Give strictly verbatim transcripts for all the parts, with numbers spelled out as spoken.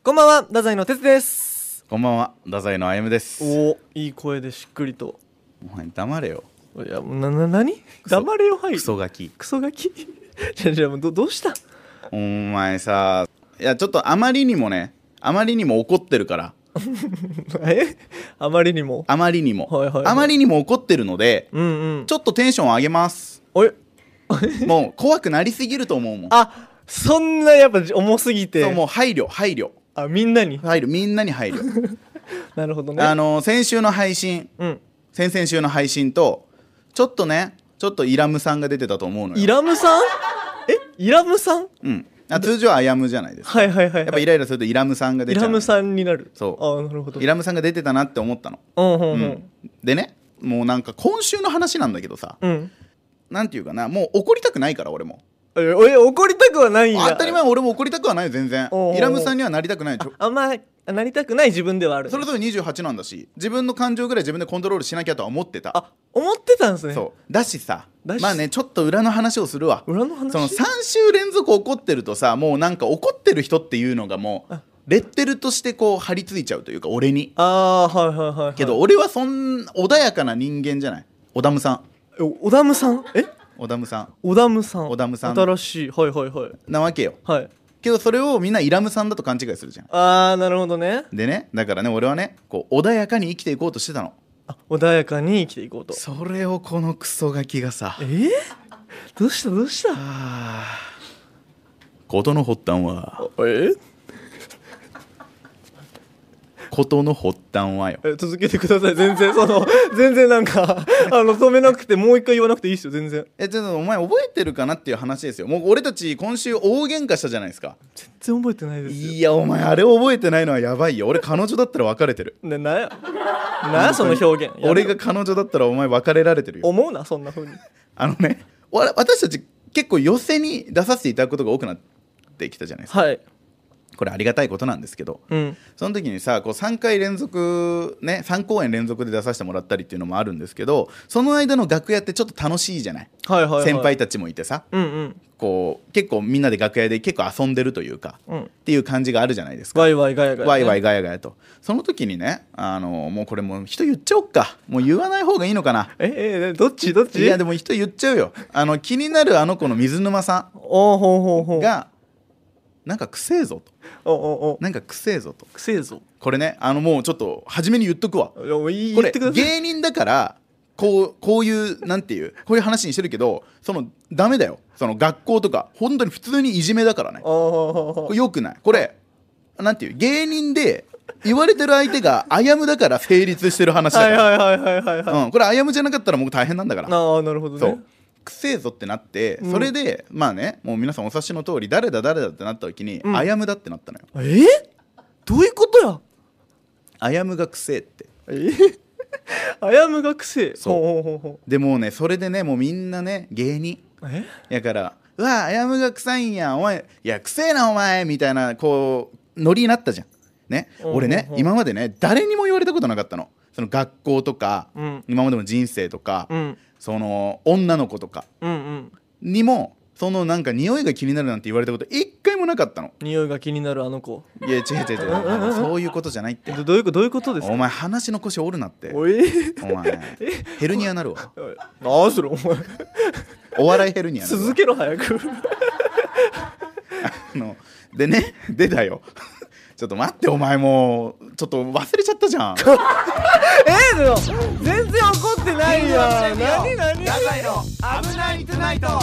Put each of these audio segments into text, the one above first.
こんばんは、太宰の哲です。 こんばんは、太宰のあゆむです。 お、いい声でしっくりと。 お前黙れよ。 いや、な、な、なに黙れよ、はい。 クソガキ。 クソガキじゃじゃど、どうしたお前さ、いや、ちょっとあまりにもね、あまりにも怒ってるから。 えあまりにもあまりにも、 はいはいはい、 あまりにも怒ってるので、 うんうん、 ちょっとテンション上げます。 おいもう怖くなりすぎると思うもん。 あ、そんなやっぱ重すぎて。 そう、もう配慮、配慮。 あ、みんなに配慮、みんなに配慮。 なるほどね。 あの、先週の配信、 うん、 先々週の配信と、ちょっとね、ちょっとイラムさんが出てたと思うのよ。 イラムさんえイラムさんうん。あ、通常はアヤムじゃないですか。 はいはいはい、はい、 やっぱイライラするとイラムさんが出ちゃう。 イラムさんになる。 そう。 あ、なるほど。 イラムさんが出てたなって思ったの。 うんうんうん。 うん、でね、もうなんか今週の話なんだけどさ、 うん、 なんていうかな、もう怒りたくないから俺も。 え、お怒りたくはないんや。 当たり前、俺も怒りたくはないよ全然。 おうおう、 イラムさんにはなりたくない。 あ、あんまなりたくない自分ではある、ね、 それぞれにじゅうはちなんだし、自分の感情ぐらい自分でコントロールしなきゃとは思ってた。 あ、思ってたんですね。 そうだしさ、 だしまあね、ちょっと裏の話をするわ。 裏の話。 そのさん週連続怒ってるとさ、もうなんか怒ってる人っていうのがもうレッテルとしてこう張り付いちゃうというか、俺に。 あー、はいはいはい、はい、 けど俺はそん穏やかな人間じゃない。オダムさん。 え、オダムさんえオダムさん。 オダムさん。 オダムさん新しい。はいはいはい。 なわけよ。 はい。 けどそれをみんなイラムさんだと勘違いするじゃん。 あー、なるほどね。 でね、だからね、俺はね、こう穏やかに生きていこうとしてたの。 あ、穏やかに生きていこうと。 それをこのクソガキがさ、 えー、どうしたどうした。 あ事の発端はえ事の発端はよ。 え、続けてください。全然その全然なんかあの止めなくて、もう一回言わなくていいですよ全然。 え、ちょっとお前覚えてるかなっていう話ですよ。もう俺たち今週大喧嘩したじゃないですか。 全然覚えてないですよ。 いや、お前あれ覚えてないのはやばいよ。俺彼女だったら別れてる。 な、なやなやその表現。 俺が彼女だったらお前別れられてるよ。 思うなそんな風に。 あのね、わ私たち結構寄せに出させていただくことが多くなってきたじゃないですか。 はい。 これありがたいことなんですけど、 うん、 その時にさ、こうさんかい連続ね、さん公演連続で出させてもらったりっていうのもあるんですけど、その間の楽屋ってちょっと楽しいじゃない、 はいはいはい、 先輩たちもいてさ、 うんうん、 こう結構みんなで楽屋で結構遊んでるというか、 うん、 っていう感じがあるじゃないですか。 ワイワイガヤガヤ、ね、 ワイワイガヤガヤと。その時にね、あのもうこれもう人言っちゃおっか、もう言わない方がいいのかな。 ええ、どっちどっち。 いやでも人言っちゃうよ。あの気になるあの子の水沼さんおほうほうほうがなんかくせえぞと。 おおお、 なんかくせえぞと。 くせえぞ。 これね、あのもうちょっと初めに言っとくわ。 いや、いい、 これ言ってください。 芸人だからこうこういうなんていうこういう話にしてるけど、そのダメだよ。その学校とか本当に普通にいじめだからね。これよくない。これなんていう芸人で言われてる相手がアヤムだから成立してる話だから。 はいはいはいはいはい、はい、 うん、これアヤムじゃなかったらもう大変なんだから。 ああ、なるほどね。 そう、くせえぞってなって、それで、うん、まあね、もう皆さんお察しの通り誰だ誰だってなった時に、うん、アヤムだってなったのよ。 えー、どういうことや。 アヤムがくせえって。 えー、アヤムがくせえ。 そうほうほうほう。でもうね、それでね、もうみんなね芸人えやから、うわアヤムが臭いんやお前、いやくせえなお前みたいなこうノリになったじゃんね。俺ね、今までね誰にも言われたことなかったの。その学校とか、うん、今までの人生とか、うん、その女の子とかにも、うんうん、そのなんか匂いが気になるなんて言われたこと一回もなかったの。 匂いが気になるあの子。いや違う違う違うそういうことじゃないって。 どういうことどういうことですか。 お前話の腰折るなって。 おいお前ヘルニアなるわ。 なあそれお前お笑いヘルニアなるわ。 続けろ早くあのでね、出たよちょっと待ってお前、もうちょっと忘れちゃったじゃんえー、でも全然怒ってないやん。何何太宰の危ないトゥナイト。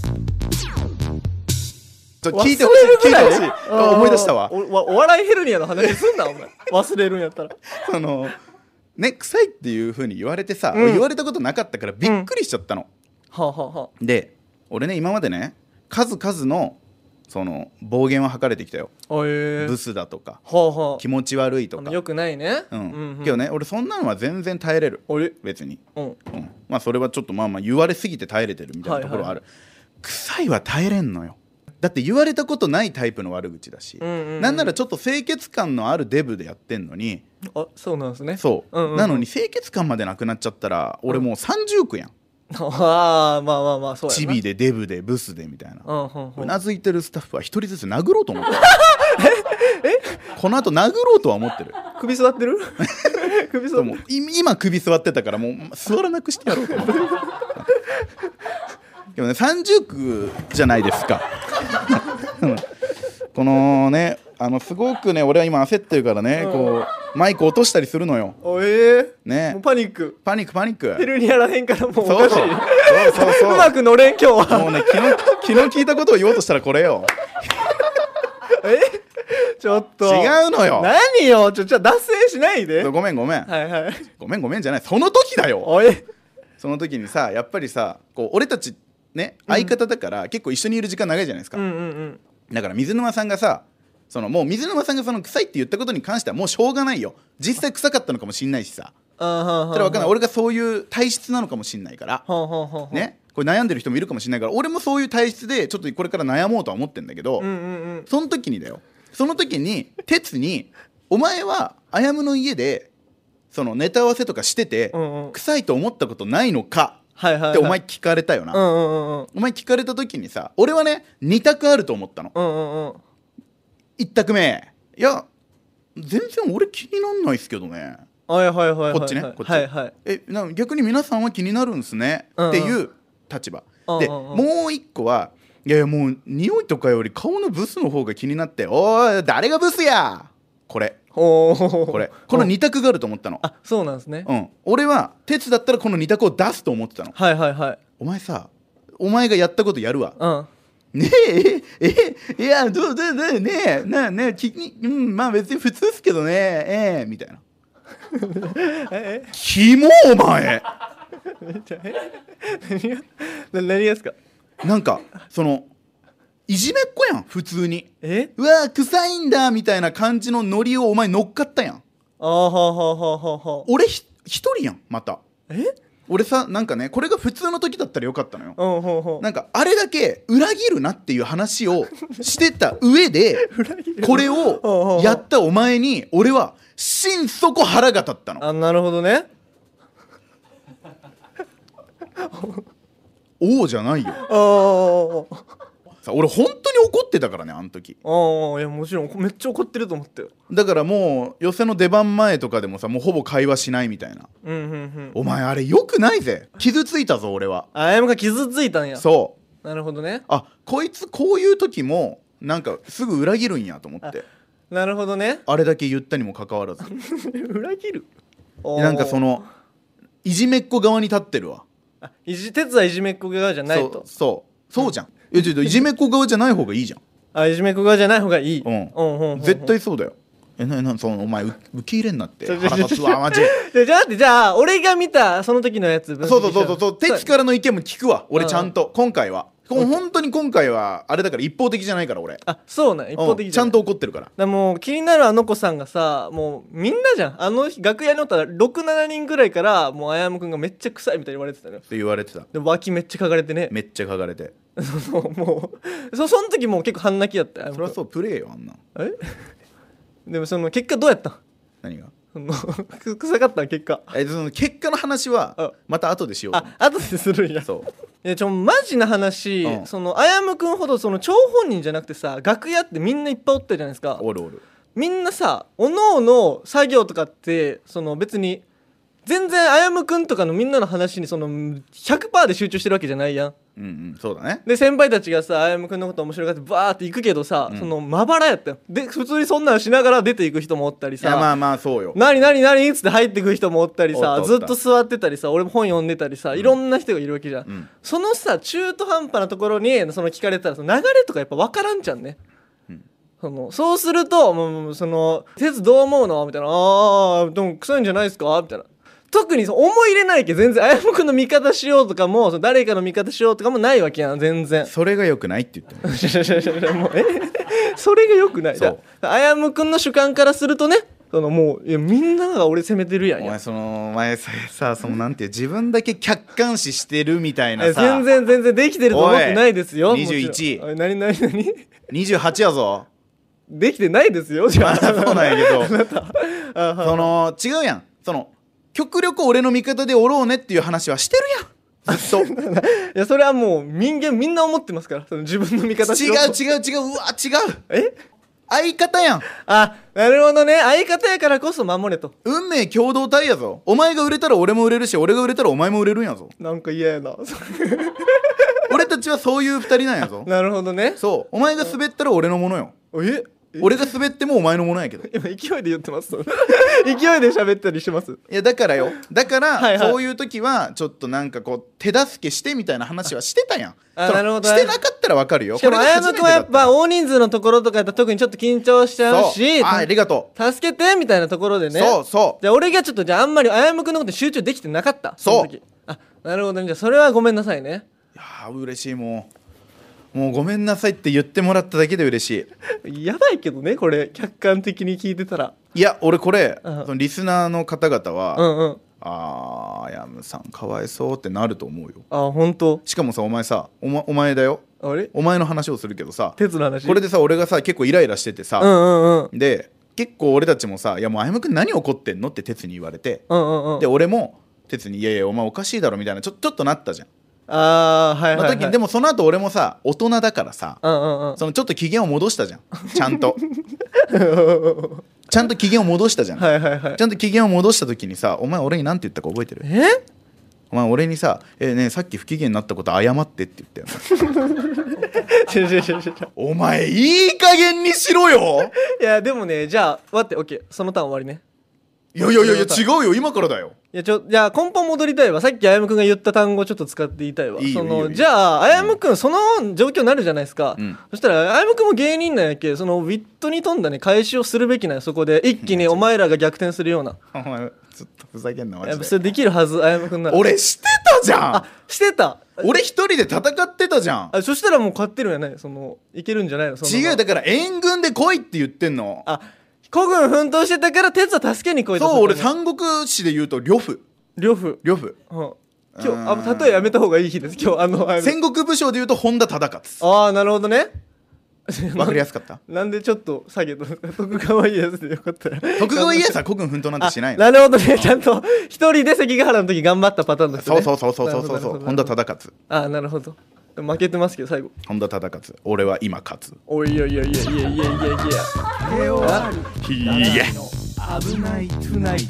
ちょ聞いてほしい聞いてほしい。思い出したわ。 お, お笑いヘルニアの話すんなお前忘れるんやったらそのね、臭いっていう風に言われてさ、うん、言われたことなかったからびっくりしちゃったの、 うん、はあはあはあ、 で俺ね今までね数々のその暴言を吐かれてきたよ。 えー、 ブスだとか、 はあはあ、 気持ち悪いとかよくないね、 うんうんうん、けどね俺そんなのは全然耐えれる。別に、うんうん、まあそれはちょっとまあまあ言われすぎて耐えれてるみたいなところはある、はいはい、臭いは耐えれんのよ。だって言われたことないタイプの悪口だし、うんうんうん、なんならちょっと清潔感のあるデブでやってんのに。 あ、そうなんですね。 そう、うんうんうん、なのに清潔感までなくなっちゃったら俺もうさんじゅうおくやん。 ああ、まあまあまあそうやな。 チビでデブでブスでみたいな、 うんうんうん、 うなずいてるスタッフは一人ずつ殴ろうと思ったこの後殴ろうとは思ってる。 首座ってる首座ってる。 もう今首座ってたからもう座らなくしてやろうと思ってでもねさんじゅう区じゃないですかこのねあのすごくね俺は今焦ってるからね、うん、こうマイク落としたりするのよ。 おえー、 ね、 もうパニックパニックパニックヘルニアらへんからもうおかしい。そうそうそううまく乗れん今日は。 もうね昨日昨日聞いたことを言おうとしたらこれよえちょっと違うのよ。 何よちょちょ脱線しないで。 ごめんごめん、 はいはい、 ごめんごめんじゃない、その時だよ。 おいその時にさやっぱりさこう俺たちね相方だから、うん、結構一緒にいる時間長いじゃないですか、 うんうんうん、 だから水沼さんがさそのもう水沼さんがその臭いって言ったことに関してはもうしょうがないよ。実際臭かったのかもしんないしさ、それは分かんない。俺がそういう体質なのかもしんないからね、これ悩んでる人もいるかもしんないから、俺もそういう体質でちょっとこれから悩もうとは思ってんだけど、うんうんうん、その時にだよその時に哲にお前はあやむの家でそのネタ合わせとかしてて、うんうん、臭いと思ったことないのかってお前聞かれたよな、うんうんうんうん、お前聞かれた時にさ俺はねに択あると思ったの、うんうんうん、いち択目いや全然俺気になんないっすけどね、 はいはいはいはい、 こっちねこっち、 はいはい、 えな逆に皆さんは気になるんすね、うんうん、っていう立場、うんうん、で、もう一個はいやいやもう匂いとかより顔のブスの方が気になって、おい誰がブスやこれこれこのに択があると思ったの。 あそうなんですね、 うん、俺は哲だったらこのに択を出すと思ってたの。 はいはいはい。 お前さお前がやったことやるわ、うん、ねえええいやどうどうどうねえなあねえきにうんまあ別に普通っすけどねええみたいなえキモお前何がですか。 なんかそのいじめっ子やん普通に。 えうわ臭いんだみたいな感じのノリをお前乗っかったやん。 あははははは俺ひ一人やんまた。 え俺さなんかねこれが普通の時だったらよかったのよ。 ほうほうほう。 なんかあれだけ裏切るなっていう話をしてた上でこれをやったお前に俺は心底腹が立ったの。 あなるほどねおおじゃないよ。 あさ俺本当に怒ってたからねあの時。 ああいやもちろんめっちゃ怒ってると思ってよ。 だからもう寄せの出番前とかでもさもうほぼ会話しないみたいな、うんうんうん、お前あれよくないぜ。傷ついたぞ俺は。 あやむが傷ついたんや。 そうなるほどね。 あこいつこういう時もなんかすぐ裏切るんやと思って。 なるほどね。 あれだけ言ったにもかかわらず裏切るなんかそのいじめっ子側に立ってるわ。 あいじ鉄はいじめっ子側じゃないと。 そうそうそうじゃん、うん、いやちょっといじめっ子側じゃない方がいいじゃん。 あいじめっ子側じゃない方がいい、 うんうんうんうん、絶対そうだよ。えななそのお前受け入れんなって腹立つわマジで。じゃあじゃあ俺が見たその時のやつそうそうそうそう哲からの意見も聞くわ俺ちゃんと、うん、今回は本当に今回はあれだから一方的じゃないから俺。 あそうなん一方的じゃんちゃんと怒ってるから。 だもう気になるあの子さんがさもうみんなじゃんあの日楽屋におったらろくななにんぐらいからもうあやむくんがめっちゃ臭いみたいに言われてたのよ。 って言われてた。 で脇めっちゃ嗅がれてね。 めっちゃ嗅がれてそうもう そ, その時もう結構半泣きだったよ。 そりゃそうプレーよあんな。 えでもその結果どうやったん。 何が臭かった結果。 えその結果の話はまた後でしよう。 あ後でするんや。 そういやちょマジな話、うん、そのあやむくんほどその張本人じゃなくてさ楽屋ってみんないっぱいおったじゃないですか。 おるおる。 みんなさおのおの作業とかってその別に全然あやむくんとかのみんなの話にその ひゃくパーセント で集中してるわけじゃないやん。 うんうんそうだね。 で先輩たちがさあやむくんのこと面白がってバーって行くけどさ、うん、そのまばらやったよ。で普通にそんなのしながら出ていく人もおったりさ。 いやまあまあそうよ。 何何何っつって入ってくる人もおったりさずっと座ってたりさ俺も本読んでたりさ、うん、いろんな人がいるわけじゃん、うん、そのさ中途半端なところにその聞かれたらその流れとかやっぱ分からんじゃんね。そのそうするともうその「哲どう思うの?」みたいな「ああでも臭いんじゃないですか?」みたいな特に思い入れないけど全然あやむくんの味方しようとかも誰かの味方しようとかもないわけやん全然。 それが良くないって言ってるもうえそれが良くない。そうあやむくんの主観からするとねそのもういやみんなが俺責めてるやんや。 お前そのお前さそのなんていう自分だけ客観視してるみたいなさ全然全然できてると思ってないですよ。 にじゅういち何何何にじゅうはちやぞ。 できてないですよじゃあ。 そうなんやけどその違うやんその極力俺の味方でおろうねっていう話はしてるやんずっと。 いやそれはもう人間みんな思ってますからその自分の味方しろと。 違う違う違ううわ違うえ相方やん。 あ、なるほどね。相方やからこそ守れと。 運命共同体やぞ。お前が売れたら俺も売れるし、俺が売れたらお前も売れるんやぞ。 なんか嫌やな。 俺たちはそういう二人なんやぞ。 なるほどね。 そう、お前が滑ったら俺のものよ。 え俺が滑ってもお前のものやけど。 今勢いで言ってます勢いで喋ったりしてます。 いやだからよ、だからはいはいそういう時はちょっとなんかこう手助けしてみたいな話はしてたやん。 あそのなるほどねしてなかったらわかるよ。 しかもこれがあやむくんはやっぱ初大人数のところとかやったら特にちょっと緊張しちゃうめてし、 だったそうあありがと助けてみたいなところでう、 ね。 そうそうじゃあ俺がちょっとじゃああんまりあやむくんのことに集中できてなかった。 そうの時あ、なるほどね。じゃあそれはごめんなさいね。 いやー嬉しい。もうもうごめんなさいって言ってもらっただけで嬉しい。 やばいけどねこれ客観的に聞いてたら。 いや俺これ、 うんそのリスナーの方々は、 うんうん。 あーやむさんかわいそうってなると思うよ。 あ、本当。 しかもさお前さお,、ま、お前だよあれお前の話をするけどさ、 鉄の話。 これでさ俺がさ結構イライラしててさ、 うんうんうんで結構俺たちもさ「いやもうあやむくん何怒ってんの?」って哲に言われて、 うんうんうん。 で俺も哲に「いやいやお前おかしいだろ」みたいなちょちょっとなったじゃん。 あーはいはい、はい。 の時にでもその後俺もさ大人だからさ、 うんうんうん。 そのちょっと機嫌を戻したじゃん。ちゃんとちゃんと機嫌を戻したじゃん、 はいはいはいち。ゃんと機嫌を戻した時にさお前俺に何て言ったか覚えてる？ えお前俺にさ「えー、ねえさっき不機嫌になったこと謝って」って言ったよね。 違う違う違う違う。 お前いい加減にしろよ。 いやでもね、じゃあ待ってオッケー、そのターン終わりね。 いやいやいやいや違うよ今からだよ。 いやちょじゃあ根本戻りたいわ。さっきあやむくんが言った単語をちょっと使って言いたいわ。 いいよそのいいよいいよじゃああやむくんその状況になるじゃないですか、 うんそしたらあやむくんも芸人なんやけ、そのウィットに富んだね返しをするべきなんや。そこで一気にお前らが逆転するような、 お前ずっとふざけんなマやっぱジで。 それできるはず。あやむくんなら俺してたじゃん。 あしてた。 俺一人で戦ってたじゃん。 あそしたらもう勝ってるんやない、そのいけるんじゃないの。その違うだから援軍で来いって言ってんの。 あ孤軍奮闘してたから鉄は助けに来いと。 そう俺さ三国志で言うと呂布呂布、 呂布うん、今日あ例えやめた方がいい日です今日。あのあの戦国武将で言うと本田忠勝。 あーなるほどね。 わかりやすかったなんでちょっと下げたんですか。徳川家康でよかったら。 徳川家康は孤軍奮闘なんてしないの。 あなるほどね。ちゃんと一人で関ヶ原の時頑張ったパターンの人ね。 そうそうそうそうそうそうそう本田忠勝あなるほど。負けてますけど最後。 本田忠勝俺は今勝つ。 おいやいやいやいやいやいやいや。 ケーオーアールひーげ危ないトゥナイト。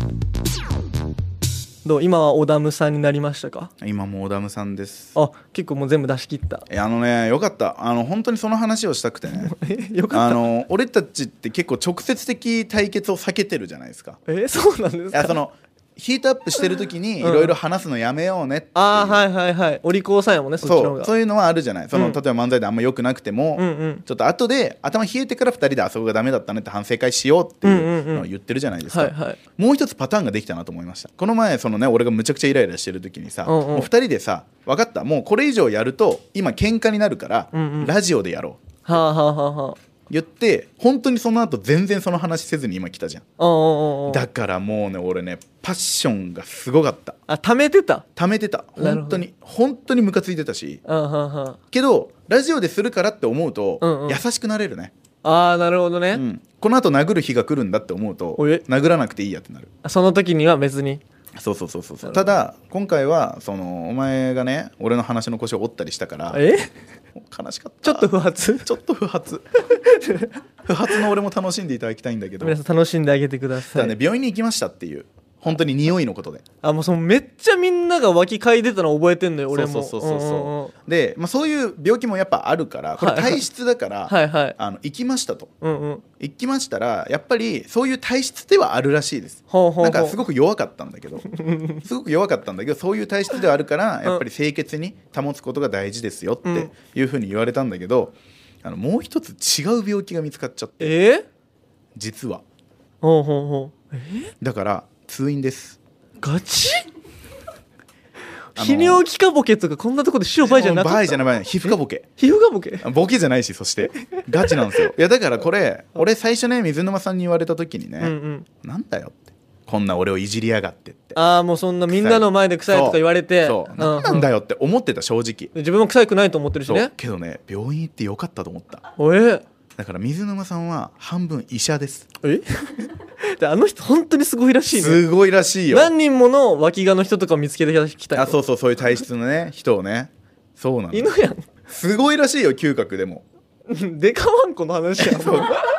どう今はオダムさんになりましたか。 今もうオダムさんです。 あ結構もう全部出し切った。 いやあのねよかったあの本当にその話をしたくてねえよかった。 あの俺たちって結構直接的対決を避けてるじゃないですか。 えそうなんですか。 いやそのヒートアップしてる時にいうんろいろ話すのやめようねっていう、 あーはいはいはい。お利口さんやもんねそっちの方が。 そうそういうのはあるじゃない。その、 うん例えば漫才であんま良くなくても、 うんうんちょっと後で頭冷えてからふたりであそこがダメだったねって反省会しようっていうのを言ってるじゃないですか、 はいはい。 もう一つパターンができたなと思いました。この前そのね俺がむちゃくちゃイライラしてる時にさ、 うんうんもうふたりでさ分かったもうこれ以上やると今喧嘩になるから、 うんうんラジオでやろうはあはあはあはあ。 言って本当にその後全然その話せずに今来たじゃん。 おうおうおう。 だからもうね俺ねパッションがすごかった。 あ貯めてた。 溜めてたなるほど本当に本当にムカついてたし、 あはあはけどラジオでするからって思うと、 うんうん優しくなれるね、 あ。あーなるほどね、 うん、この後殴る日が来るんだって思うとおえ殴らなくていいやってなる。 その時には別に。 そうそうそうそうなるほどただ今回はそのお前がね俺の話の腰を折ったりしたからえ悲しかった。 ちょっと不発。 ちょっと不発不発の俺も楽しんでいただきたいんだけど、 皆さん楽しんであげてください。 ただね病院に行きましたっていう本当に匂いのことで。 あもうそのめっちゃみんなが脇嗅いでたの覚えてんのよ俺も。 そうそうそうそうそう、 んんんで、まあ、そういう病気もやっぱあるからこれ体質だから、 はいはい。 あの行きましたとうんうん。 行きましたらやっぱりそういう体質ではあるらしいです。 ほうほうほう。 なんかすごく弱かったんだけどすごく弱かったんだけどそういう体質ではあるからやっぱり清潔に保つことが大事ですよっていうふうに言われたんだけど、あのもう一つ違う病気が見つかっちゃってえー、 実はほうほうほう。えだから通院です。 ガチあの泌尿器科ボケとかこんなとこで白バイじゃなかった。 バイじゃないバイじゃない皮膚科ボケ皮膚科ボケ。 ボケじゃないしそしてガチなんですよ。いやだからこれ俺最初ね水沼さんに言われた時にね、 うんうん。 なんだよってこんな俺をいじりやがってってああもうそんなみんなの前で臭いとか言われて。 そうなんなんだよって思ってた正直。 自分も臭くないと思ってるしそうね。 けどね病院行ってよかったと思った。 おえだから水沼さんは半分医者です。 えであの人本当にすごいらしいね。 すごいらしいよ。 何人もの脇がの人とかを見つけてきたよ。 あそうそうそういう体質のね人をねそうなんだ犬やん。 すごいらしいよ嗅覚でも。 デカワンコの話やん。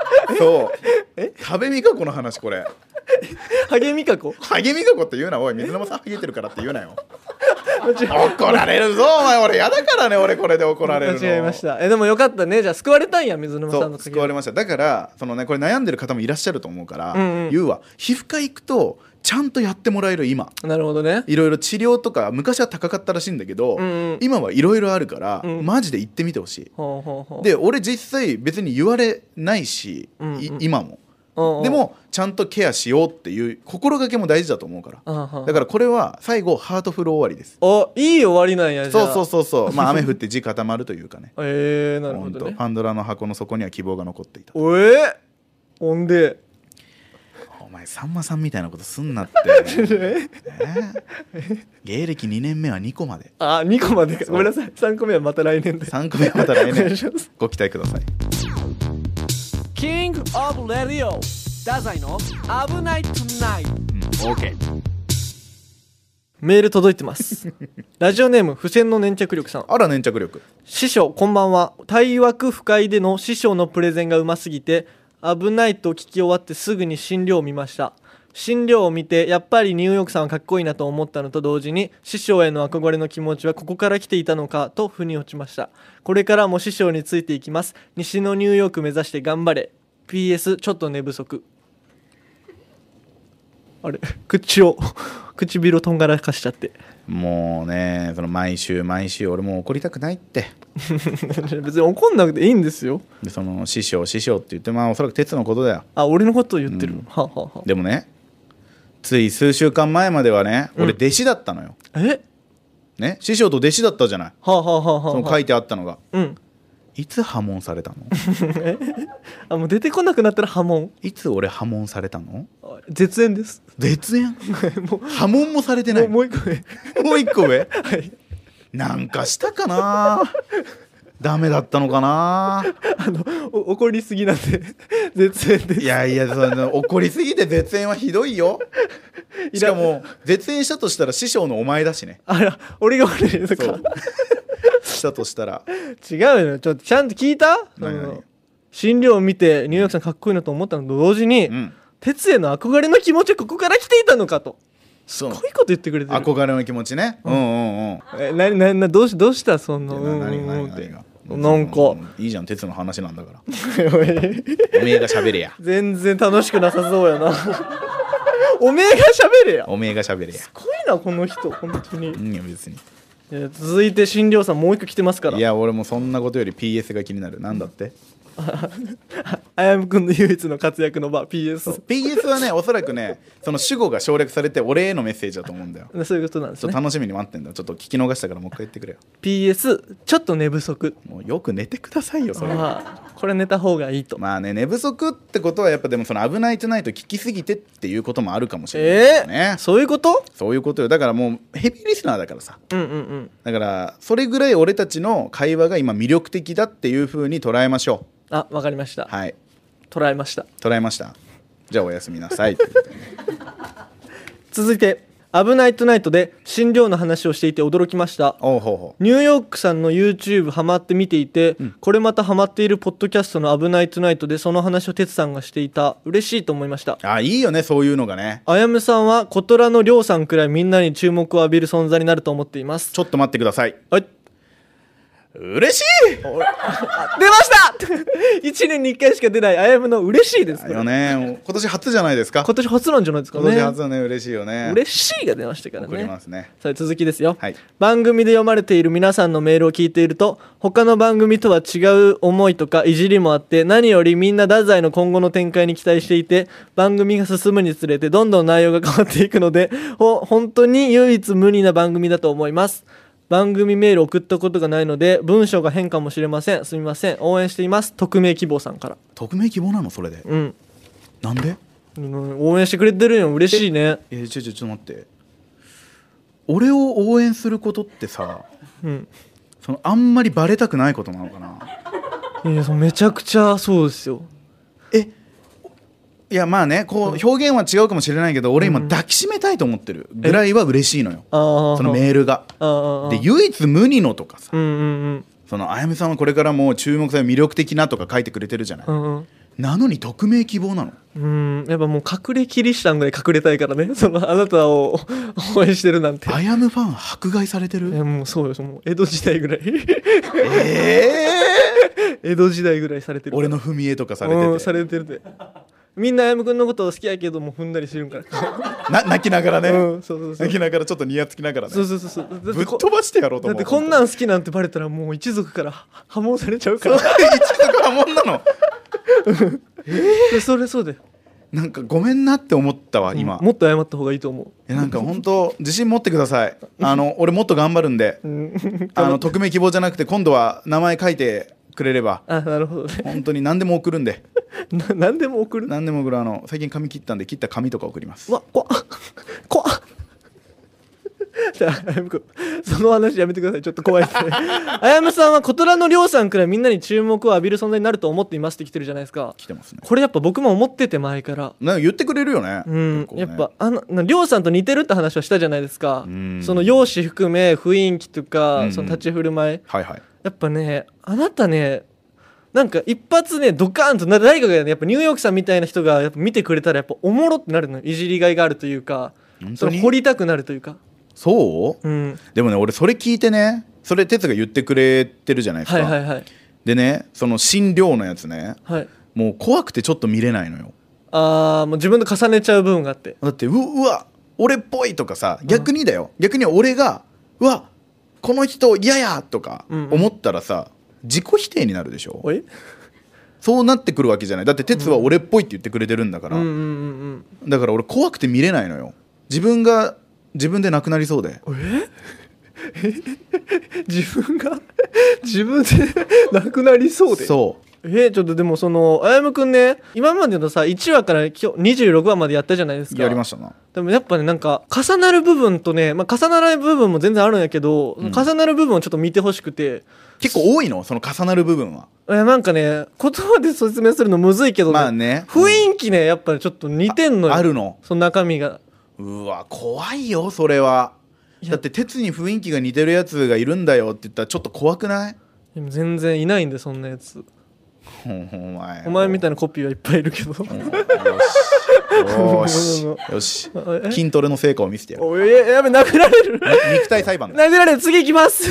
そう多部未華子の話これ励みかこ励みかこって言うなおい水沼さんハゲてるからって言うなよ怒られるぞお前俺やだからね俺これで怒られるの間違えましたえでもよかったねじゃあ救われたんや水沼さんのそう救われましただからそのねこれ悩んでる方もいらっしゃると思うから、 うんうん、 言うわ皮膚科行くとちゃんとやってもらえる今なるほどねいろいろ治療とか昔は高かったらしいんだけど、うんうん、今はいろいろあるから、うん、マジで行ってみてほしい、ほうほうほうで俺実際別に言われないし、うんうん、今もおうおうでもちゃんとケアしようっていう心がけも大事だと思うからだからこれは最後ハートフル終わりですおいい終わりなんやじゃあそうそうそうそうまあ雨降って地固まるというかねえー、なるほどねパンドラの箱の底には希望が残っていたおえー、ほんでお前さんまさんみたいなことすんなって、ねえ芸歴にねんめはにこまであにこまでかごめんなさいさんこめはまた来年でさんこめはまた来年ご期待くださいキングオブレディオダザイの危ないトゥナイト、 うん、オーケーメール届いてますラジオネーム付箋の粘着力さんあら粘着力師匠こんばんは対枠不快での師匠のプレゼンがうますぎて危ないと聞き終わってすぐに診療を見ました診療を見てやっぱりニューヨークさんはかっこいいなと思ったのと同時に師匠への憧れの気持ちはここから来ていたのかと腑に落ちましたこれからも師匠についていきます西のニューヨーク目指して頑張れ ピーエス ちょっと寝不足あれ口を唇とんがらかしちゃってもうねその毎週毎週俺もう怒りたくないって別に怒んなくていいんですよでその師匠師匠って言ってまあおそらく哲のことだよあ俺のことを言ってる、うん、はははでもねつい数週間前まではね、うん、俺弟子だったのよえね師匠と弟子だったじゃないははははその書いてあったのがうんいつ破門されたのあもう出てこなくなったら破門いつ俺破門されたの絶縁です絶縁もう破門もされてないもう一個上もう一個上、 はい、 なんかしたかなダメだったのかなあの怒りすぎなんで絶縁ですいやいやその怒りすぎて絶縁はひどいよしかも絶縁したとしたら師匠のお前だしねあら俺が悪いのかしたとしたら違うよちょっとちゃんと聞いた診療を見てニューヨークさんかっこいいなと思ったのと同時に、うん、哲への憧れの気持ちはここから来ていたのかとすごいこと言ってくれてる憧れの気持ちね、うん、うんうんうんえなななどうしどうしたそんな何何何何がなんかいいじゃん哲の話なんだからおめえが喋れや全然楽しくなさそうやなおめえが喋れやおめえが喋れやすごいなこの人本当にいや別にいや続いて診療さんもう一個来てますからいや俺もそんなことより ピーエス が気になるなんだってあやむくんの唯一の活躍の場 ピーエスピーエス はねおそらくねその主語が省略されて俺へのメッセージだと思うんだよそういうことなんですねちょっと楽しみに待ってんだちょっと聞き逃したからもう一回言ってくれよピーエス ちょっと寝不足もうよく寝てくださいよそれあこれ寝た方がいいとまあね寝不足ってことはやっぱでもその危ないトゥナイト聞きすぎてっていうこともあるかもしれないですね、 えー、そういうことそういうことよだからもうヘビーリスナーだからさ、 うんうんうん、 だからそれぐらい俺たちの会話が今魅力的だっていう風に捉えましょうあ、わかりました。 はい。 捉えました。 捉えました。じゃあおやすみなさい。 続いて、危ないトゥナイトで診療の話をしていて驚きました。 おうほうほう。 ニューヨークさんの YouTube ハマって見ていて、うん、これまたハマっているポッドキャストの危ないトゥナイトでその話を哲さんがしていた。嬉しいと思いました。 あ、いいよね、そういうのがね。 あやむさんは小虎のりょうさんくらいみんなに注目を浴びる存在になると思っています。 ちょっと待ってください。 はい。 嬉しい出ましたいちねんにいっかいしか出ないあやむの嬉しいですよね。今年初じゃないですか。 今年初なんじゃないですかね。 今年初はね嬉しいよね。 嬉しいが出ましたからね。 送りますね。 さあ続きですよ、 はい、 番組で読まれている皆さんのメールを聞いていると他の番組とは違う思いとかいじりもあって何よりみんな太宰の今後の展開に期待していて番組が進むにつれてどんどん内容が変わっていくのでほ本当に唯一無二な番組だと思います。番組メール送ったことがないので文章が変かもしれません。すみません。応援しています。匿名希望さんから。 匿名希望なのそれで。 うん。 なんで？ うん、応援してくれてるよ。嬉しいね。 え、えちょちょちょっと待って。俺を応援することってさ、 うん、 そのあんまりバレたくないことなのかな。 いやめちゃくちゃそうですよ。 え。いやまあねこう表現は違うかもしれないけど俺今抱きしめたいと思ってるぐらいは嬉しいのよ、そのメールが。で唯一無二のとかさ、 うんうんうん、 そのあやめさんはこれからも注目され魅力的なとか書いてくれてるじゃない、 うんうん、 なのに匿名希望なの。 うーんやっぱもう隠れキリシタンぐらい隠れたいからねそのあなたを応援してるなんて。 アヤムファン迫害されてる。 いやもうそうよ、もう江戸時代ぐらいえ江戸時代ぐらいされてる。 俺の踏み絵とかされてて、 うんされてるで。みんなあやむくんのことを好きやけども踏んだりするんからな泣きながらね、 うんそうそうそう泣きながらちょっとニヤつきながらね、 そうそうそうそうだってぶっこ飛ばしてやろうと思う。 だってこんなん好きなんてバレたらもう一族から破門されちゃうからそれ一族破門なのでそれそうでなんかごめんなって思ったわ今、 もっと謝った方がいいと思えなんか本当自信持ってください。あの俺もっと頑張るんで、 う、うん、 あの匿名希望じゃなくて今度は名前書いてくれればあなるほどね本当に何でも送るんでな何でも送る。 何でも送る。あの最近髪切ったんで切った髪とか送ります。 うわ怖っ怖っじゃああやむくんその話やめてください、ちょっと怖いですねあやむさんは小虎のりょうさんくらいみんなに注目を浴びる存在になると思っていますって来てるじゃないですか。 来てますね。 これやっぱ僕も思ってて前からなんか言ってくれるよね。 うん結構ねやっぱあのなりょうさんと似てるって話はしたじゃないですか。 うんその容姿含め雰囲気とか、 うんその立ち振る舞いはいはい。 やっぱねあなたねなんか一発ねドカーンとな誰かがねやっぱニューヨークさんみたいな人がやっぱ見てくれたらやっぱおもろってなるのよ。いじりがいがあるというかそ本当にの掘りたくなるというか。 そううんでもね俺それ聞いてね、それ哲が言ってくれてるじゃないですか、 はいはいはいでねその診療のやつねはいもう怖くてちょっと見れないのよ。 あーもう自分で重ねちゃう部分があってだってううわ俺っぽいとかさ逆にだよ、逆に俺がうわこの人嫌やとかうんうん思ったらさ自己否定になるでしょ。 おいそうなってくるわけじゃない。だって哲は俺っぽいって言ってくれてるんだから、 うんうんうんうんだから俺怖くて見れないのよ。自分が自分でなくなりそうで。 え自分が自分でなくなりそうでそうえちょっとでもそのあやむくんね今までのさいちわから今日にじゅうろくわまでやったじゃないですか。 やりましたな。 でもやっぱねなんか重なる部分とね、まあ、重ならない部分も全然あるんやけど、 うん重なる部分をちょっと見てほしくて結構多いのその重なる部分は。 えなんかね言葉で説明するのむずいけどね,、 まあね雰囲気ねやっぱりちょっと似てんのよ。 ああるの。 その中身がうわ怖いよそれは。 いやだって哲に雰囲気が似てるやつがいるんだよって言ったらちょっと怖くない？ でも全然いないんでそんなやつ。 お前お前みたいなコピーはいっぱいいるけどよしよしよしえ筋トレの成果を見せてやる。 おいややべ殴られる肉体裁判だ。 殴られる次行きます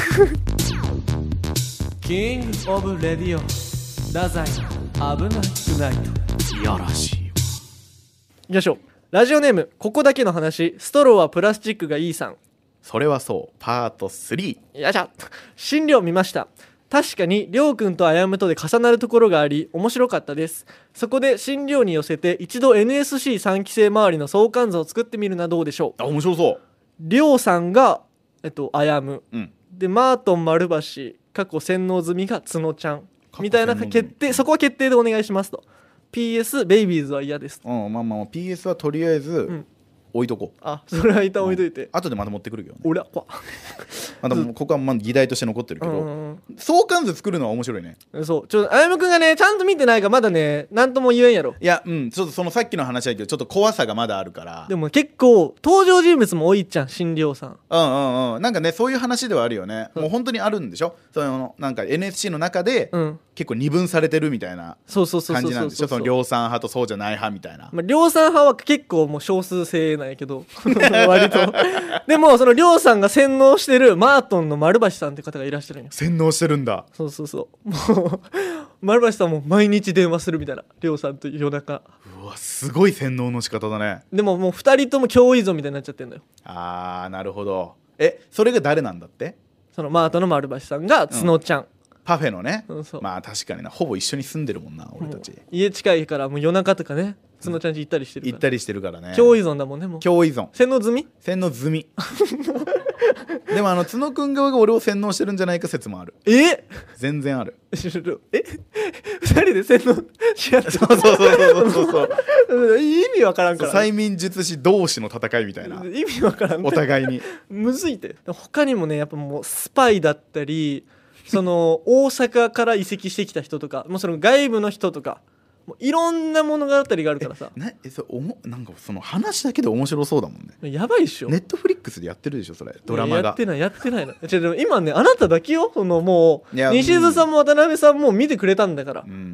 キングオブレディオ太宰の危なくないといやらしい。 行きましょう。ラジオネームここだけの話ストローはプラスチックがいいさん。 それはそうパートスリー。 よいしょ。診療見ました。確かにりょうくんとあやむとで重なるところがあり面白かったです。そこで診療に寄せて一度 エヌエスシーさん 期生周りの相関図を作ってみるのはどうでしょう。 あ面白そりょうさんがえっとあやむう。うんでマートン丸橋過去洗脳済みが角ちゃんみたいな過去洗脳済み決定、そこは決定でお願いしますと。 ピーエス ベイビーズは嫌ですと。 うんまあまあ ピーエス はとりあえずん置いとこう。 あそれは一旦置いといて、 後でまた持ってくるけどね。 俺は怖っまだもうここはまあ議題として残ってるけど、 うん相関図作るのは面白いね。 そうちょっとあやむくんがねちゃんと見てないからまだね何とも言えんやろ。 いやうんちょっとそのさっきの話だけどちょっと怖さがまだあるから。 でも結構登場人物も多いじゃん診療さん。 うんうんうんなんかねそういう話ではあるよね。もう本当にあるんでしょ。そのなんか エヌエスシー の中でうん結構二分されてるみたいなそうそうそうそうそう感じなんでしょ。その量産派とそうじゃない派みたいな。 まあ、量産派は結構もう少数制なんやけど割とでもその量産が洗脳してるマートンの丸橋さんって方がいらっしゃるんよ。 洗脳してるんだ。 そうそうそうもう丸橋さんも毎日電話するみたいな量産と夜中うわすごい洗脳の仕方だね。 でももうふたりとも共依存みたいになっちゃってんだよ。 あーなるほど。えそれが誰なんだって。 そのマートンの丸橋さんが角ちゃん、 パフェのね。 うんそうまあ確かになほぼ一緒に住んでるもんな俺たち。 もう家近いからもう夜中とかね角ちゃん家行ったりしてるから行ったりしてるからね。 共依存だもんねもう共依存洗脳済み洗脳済みでもあの角くん側が俺を洗脳してるんじゃないか説もある。 え全然ある。 え二人で洗脳し合ってそうそうそうそうそうそう意味わからんから、 催眠術師同士の戦いみたいな意味わからん、ね、 お互いにむずいって他にもねやっぱもうスパイだったりその大阪から移籍してきた人とかもうその外部の人とかもういろんな物語があるからさなえそおもなんかその話だけで面白そうだもんね。 やばいっしょ。 ネットフリックスでやってるでしょそれドラマが。 やってないやってないの。違うでも今ねあなただけよそのもういや西津さんも渡辺さんも見てくれたんだからうん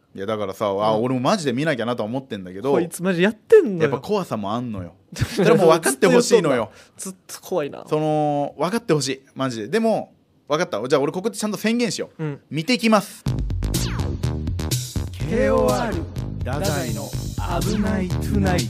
いやだからさ、うん、あ俺もマジで見なきゃなと思ってんだけど、 こいつマジやってんのよ。 やっぱ怖さもあんのよそれも分かってほしいのよずっと怖いな。 その分かってほしいマジで。でも分かった、じゃあ俺ここでちゃんと宣言しよう、うん、見てきます。 ケーオーアール 太宰の危ないトゥナイト。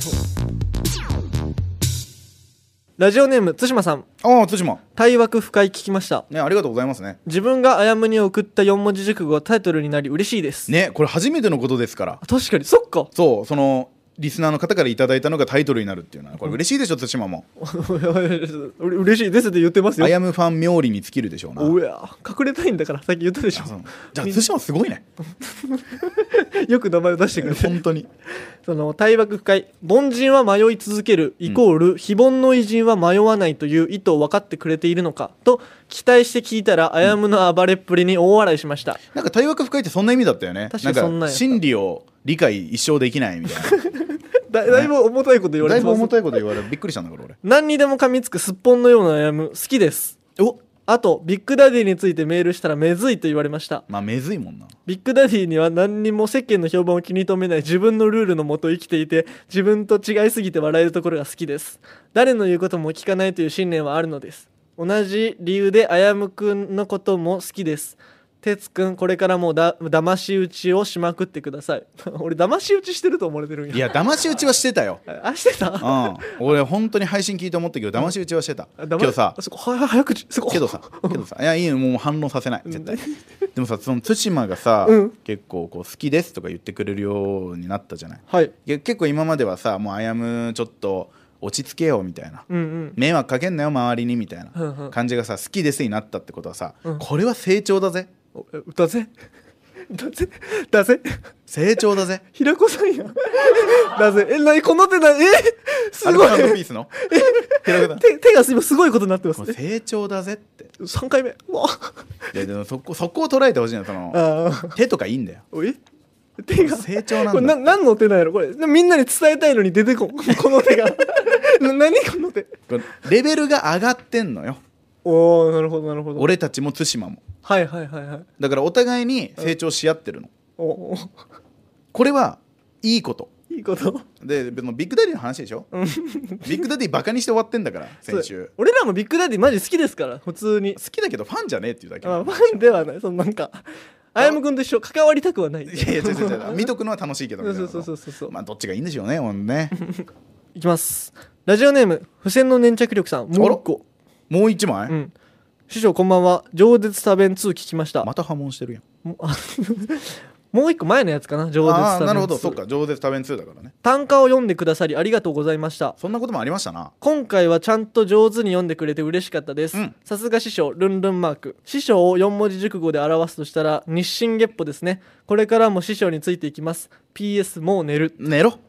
ラジオネーム対馬さん。 ああ対馬。 対枠深い聞きましたね。ありがとうございますね。 自分があやむに送ったよん文字熟語がタイトルになり嬉しいですね。これ初めてのことですから。 確かにそっか。 そうそのリスナーの方からいただいたのがタイトルになるっていうのはこれ嬉しいでしょ対馬も嬉しいですって言ってますよ。 あやむファン冥利に尽きるでしょうな。 おや隠れたいんだからさっき言ったでしょ。 じゃあ対馬すごいねよく名前を出してくれて本当に。 その対枠深い凡人は迷い続けるイコール、うん、非凡の偉人は迷わないという意図を分かってくれているのかと期待して聞いたらあやむの暴れっぷりに大笑いしました、うん、 なんか対枠深いってそんな意味だったよね。 確かにそんなやった。 心理を理解一生できないみたいなだ, だいぶ重たいこと言われてます。 だいぶ重たいこと言われてびっくりしたんだから俺。 何にでも噛みつくすっぽんのようなあやむ好きです。おあとビッグダディについてメールしたらめずいと言われました。 まあめずいもんな。 ビッグダディには何にも世間の評判を気に留めない自分のルールのもと生きていて自分と違いすぎて笑えるところが好きです。誰の言うことも聞かないという信念はあるのです。同じ理由であやむくんのことも好きです。てつくんこれからもだ騙し討ちをしまくってください俺騙し討ちしてると思われてるんや。 いや騙し討ちはしてたよあしてた、 うん、俺本当に配信聞いて思ったけど騙し討ちはしてたけどさそこは早口そこけどさけどさいやいいよもう反応させない絶対でもさその対馬がさ、 うん、 結構こう好きですとか言ってくれるようになったじゃない、 はい、 結構今まではさもうあやむちょっと落ち着けよみたいな、 うんうん、 迷惑かけんなよ周りにみたいな感じがさ好きですになったってことはさ、うん、これは成長だぜだぜだぜだぜ成長だぜ平子さんやだぜえ何この手だえすごいアルコ&ピースの平子さん手, 手が今すごいことになってますね。 成長だぜってさんかいめわいやでもそこそこを捉えてほしいのその手とかいいんだよ。 え手が成長なんだ。 これな何の手なんやろこれ。みんなに伝えたいのに出てこんこの手が何この手これレベルが上がってんのよ。 おーなるほどなるほど。 俺たちも対馬もはいはいはいはい。 だからお互いに成長し合ってるの、 うん、おこれはいいこといいことでビッグダディの話でしょビッグダディバカにして終わってんだから先週。 俺らもビッグダディマジ好きですから普通に好きだけどファンじゃねえっていうだけ。 あファンではないそのなんかあやむくんと一緒関わりたくはない。いやいや違う違う違う見とくのは楽しいけどそうそうそうそうそうまあどっちがいいんでしょうねほんねいきます。ラジオネーム付箋の粘着力さん。もう一個もう一枚、 うん、師匠こんばんは。饒舌多弁ツー聞きました。 また破門してるやん。 ももう一個前のやつかな。饒舌多弁ツー。 あなるほどそっか饒舌多弁ツーだからね。 短歌を読んでくださりありがとうございました。 そんなこともありましたな。 今回はちゃんと上手に読んでくれて嬉しかったです。さすが師匠ルンルンマーク。師匠をよん文字熟語で表すとしたら日進月歩ですね。これからも師匠についていきます。 ピーエス もう寝る。 寝ろ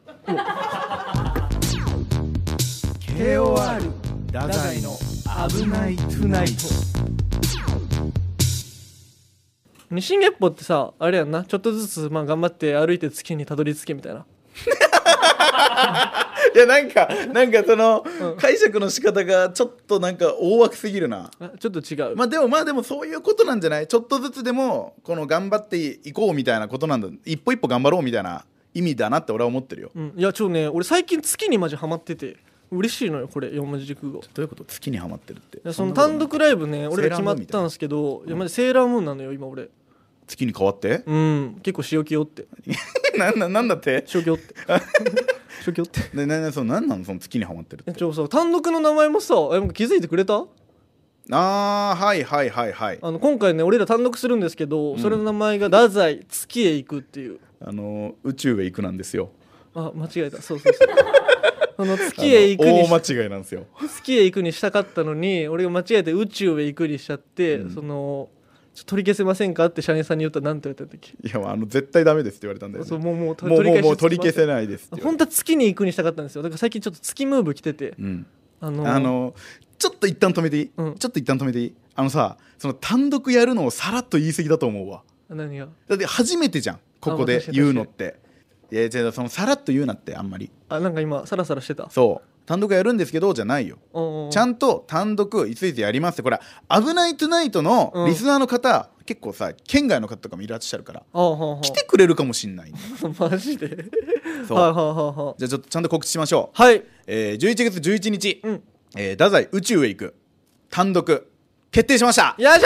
ケーオーアール 太宰の危ないトゥナイト。 日進月歩ってさあれやんな。ちょっとずつまあ頑張って歩いて月にたどり着けみたいな。 いやなんかなんかその、うん、解釈の仕方がちょっとなんか大枠すぎるな。 ちょっと違う。 まあでもまあでもそういうことなんじゃない。ちょっとずつでもこの頑張っていこうみたいなことなんだ。一歩一歩頑張ろうみたいな意味だなって俺は思ってるよ、 うん、いやちょっとね俺最近月にマジハマってて嬉しいのよこれよん文字熟語。 どういうこと？月にハマってるって。いやその単独ライブね俺が決まったんですけど、いやマジセーラームーンなのよ今俺。 月に変わって？ うん結構塩気よってなんだなんだって塩気よって塩気よってねねねそうなんなのその月にハマってるって。 ちょさ単独の名前もさ気づいてくれた？ あーはいはいはいはい。 あの今回ね俺ら単独するんですけど、うん、それの名前が太宰月へ行くっていう、 あの宇宙へ行くなんですよ。 あ間違えたそうそうそうその月へ行くに大間違いなんですよ。 月へ行くにしたかったのに俺が間違えて宇宙へ行くにしちゃって、うん、その取り消せませんかって社員さんに言ったら何て言われた時。 いやあの絶対ダメですって言われたんだよね。 そうもうもう取り消せもうもうもう取り消せないですって。 本当は月に行くにしたかったんですよ。だから最近ちょっと月ムーブ来てて、 うん、 あのー、 あのちょっと一旦止めていい、うん、ちょっと一旦止めていい。あのさその単独やるのをさらっと言い過ぎだと思うわ。 何が？ だって初めてじゃんここで言うのって。いや違うそのさらっと言うなってあんまり。 あなんか今サラサラしてた。 そう単独やるんですけどじゃないよ、 うんうん、 ちゃんと単独いついつやりますって。これ危ないトゥナイトのリスナーの方、うん、結構さ県外の方とかもいらっしゃるから、 うんうん、 来てくれるかもしんないマジでそう、はいはいはい、じゃあちょっとちゃんと告知しましょう。 はい、 えー、じゅういちがつじゅういちにち、 うんえー、太宰宇宙へ行く単独決定しました。 よいしょ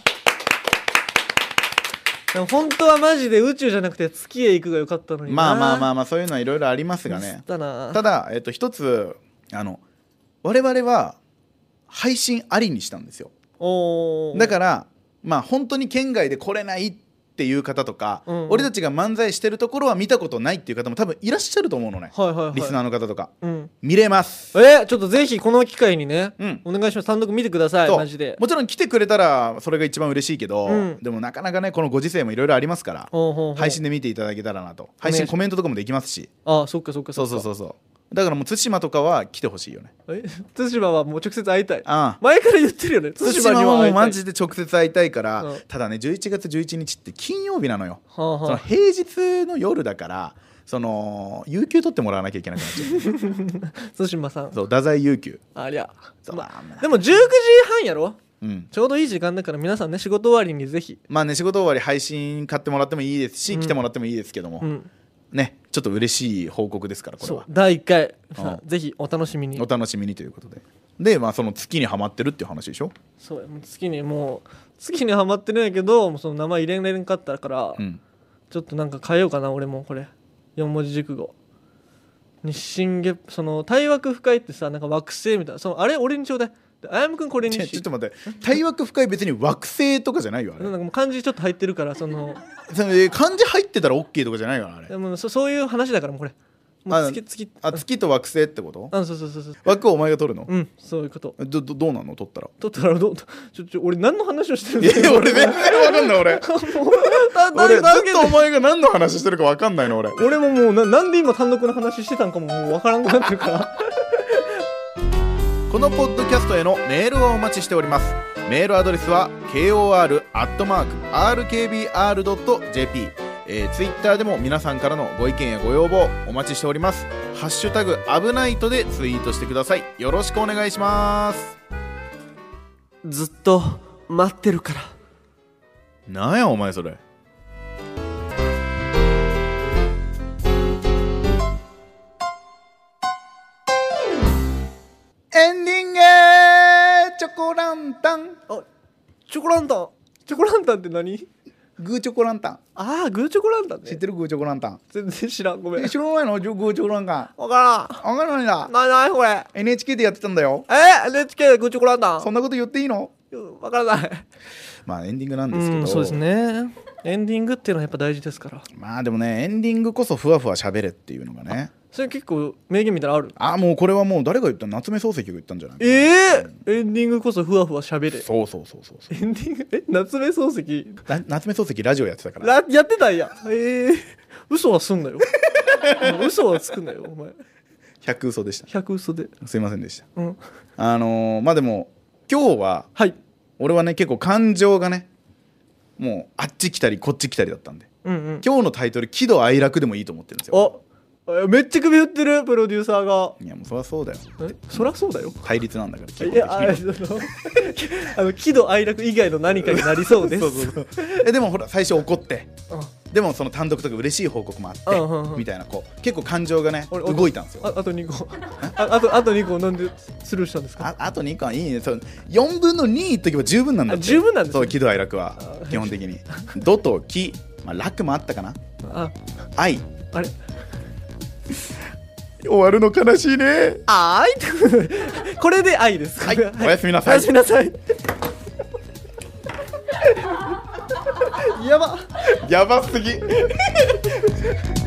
ー。でも本当はマジで宇宙じゃなくて月へ行くがよかったのにな。 まあまあまあまあそういうのはいろいろありますがね。 たな。 ただ、えっと、一つあの我々は配信ありにしたんですよ。 おだからまあ本当に県外で来れないっていう方とか、うんうん、俺たちが漫才してるところは見たことないっていう方も多分いらっしゃると思うのね、 はいはいはい、 リスナーの方とか、 うん、 見れます。 えー、ちょっとぜひこの機会にね、 うん、 お願いします。単独見てください。マジでもちろん来てくれたらそれが一番嬉しいけど、 うん、 でもなかなかねこのご時世もいろいろありますから、 ほうほうほう、 配信で見ていただけたらなと。配信コメントとかもできますし。 ああそっかそっかそっかそうそうそうそうだからもう対馬とかは来てほしいよね。 え対馬はもう直接会いたい。 ああ前から言ってるよね。 対馬にはもうマジで直接会いたいから、 うん、 ただねじゅういちがつじゅういちにちって金曜日なのよ、 はあはあ、 その平日の夜だからその有給取ってもらわなきゃいけなくなっちゃう対馬さんそう太宰有給ありゃ、 まあ、 でもじゅうくじはんやろ、 うん、 ちょうどいい時間だから皆さんね仕事終わりにぜひまあね仕事終わり配信買ってもらってもいいですし、うん、来てもらってもいいですけども、うんね、ちょっと嬉しい報告ですからこれは。 そうだいいっかい、うん、ぜひお楽しみにお楽しみにということでで、まあ、その月にはまってるっていう話でしょ。 そう月にもう月にはまってるんやけどその名前入れれんかったから、うん、ちょっとなんか変えようかな俺もこれよん文字熟語日進月その大枠深いってさなんか惑星みたいなそのあれ俺にちょうだいあやむくんこれにしちょっと待って大枠深い別に惑星とかじゃないよあれ。 なんかもう漢字ちょっと入ってるからそのその漢字入ってたら OK とかじゃないよあれ。 でも そ, そういう話だからもうこれもう 月, 月, あ月と惑星ってこと。 あそうそうそうそう枠をお前が取るの。 うんそういうこと。 ど ど, どうなんの取ったら取ったらどうちょちょ俺何の話をしてるんだよ。 いや俺全然分かんない俺俺ずっとお前が何の話してるか分かんないの俺俺ももう な, なんで今単独の話してたんかももう分からんくなってるからこのポッドキャストへのメールをお待ちしております。メールアドレスは ケーオーアール アットマーク アールケービーアール ドット ジェーピー、えー、ツイッターでも皆さんからのご意見やご要望お待ちしております。ハッシュタグアブナイトでツイートしてください。よろしくお願いします。 ずっと待ってるから。 なんやお前それ。エンディングチョコランタン。 あチョコランタンチョコランタンって何。 グーチョコランタン。 ああグーチョコランタン、ね、 知ってるグーチョコランタン。 全然知らんごめん。 知らないのグーチョコランタン。 わからん。 わからないんだ。 ななにこれエヌエイチケー でやってたんだよ。 え エヌエイチケー でグーチョコランタン。 そんなこと言っていいの。 わからない。 まあエンディングなんですけど、 うん、そうですねエンディングっていうのはやっぱ大事ですから。 まあでもねエンディングこそふわふわ喋れっていうのがね。 それ結構名言みたいなのある。 あもうこれはもう誰が言ったの。夏目漱石が言ったんじゃない。 えーうん、エンディングこそふわふわ喋れ。 そうそうそうそうそう。 エンディングえ夏目漱石夏目漱石ラジオやってたから。 やってたんや。えー、嘘はすんなよ嘘はつくなよお前。 ひゃく嘘でした。 ひゃく嘘ですいませんでした、 うん、 あのー、まあでも今日は、はい、俺はね結構感情がねもうあっち来たりこっち来たりだったんで、うんうん、今日のタイトル喜怒哀楽でもいいと思ってるんですよ。 あめっちゃ首振ってるプロデューサーが。 いやもうそりゃそうだよ。 えそりゃそうだよ。 対立なんだから基本的には。いやあの喜怒哀楽以外の何かになりそうですそうそうそうえでもほら最初怒って、うん、でもその単独とか嬉しい報告もあって、うんうんうん、みたいなこう結構感情がね動いたんですよ。 あ, あとにこあ, あ, とあとにこなんでスルーしたんですか。 あ, あとにこはいいね。そうよんぶんのに言っとけば十分なんだって。 十分なんです、ね、 そう喜怒哀楽は基本的に怒と喜、まあ、楽もあったかな。あ愛あれ終わるの悲しいね。 あーいこれで愛です。 はい、はい、おやすみなさい。 おやすみなさいやばやばすぎ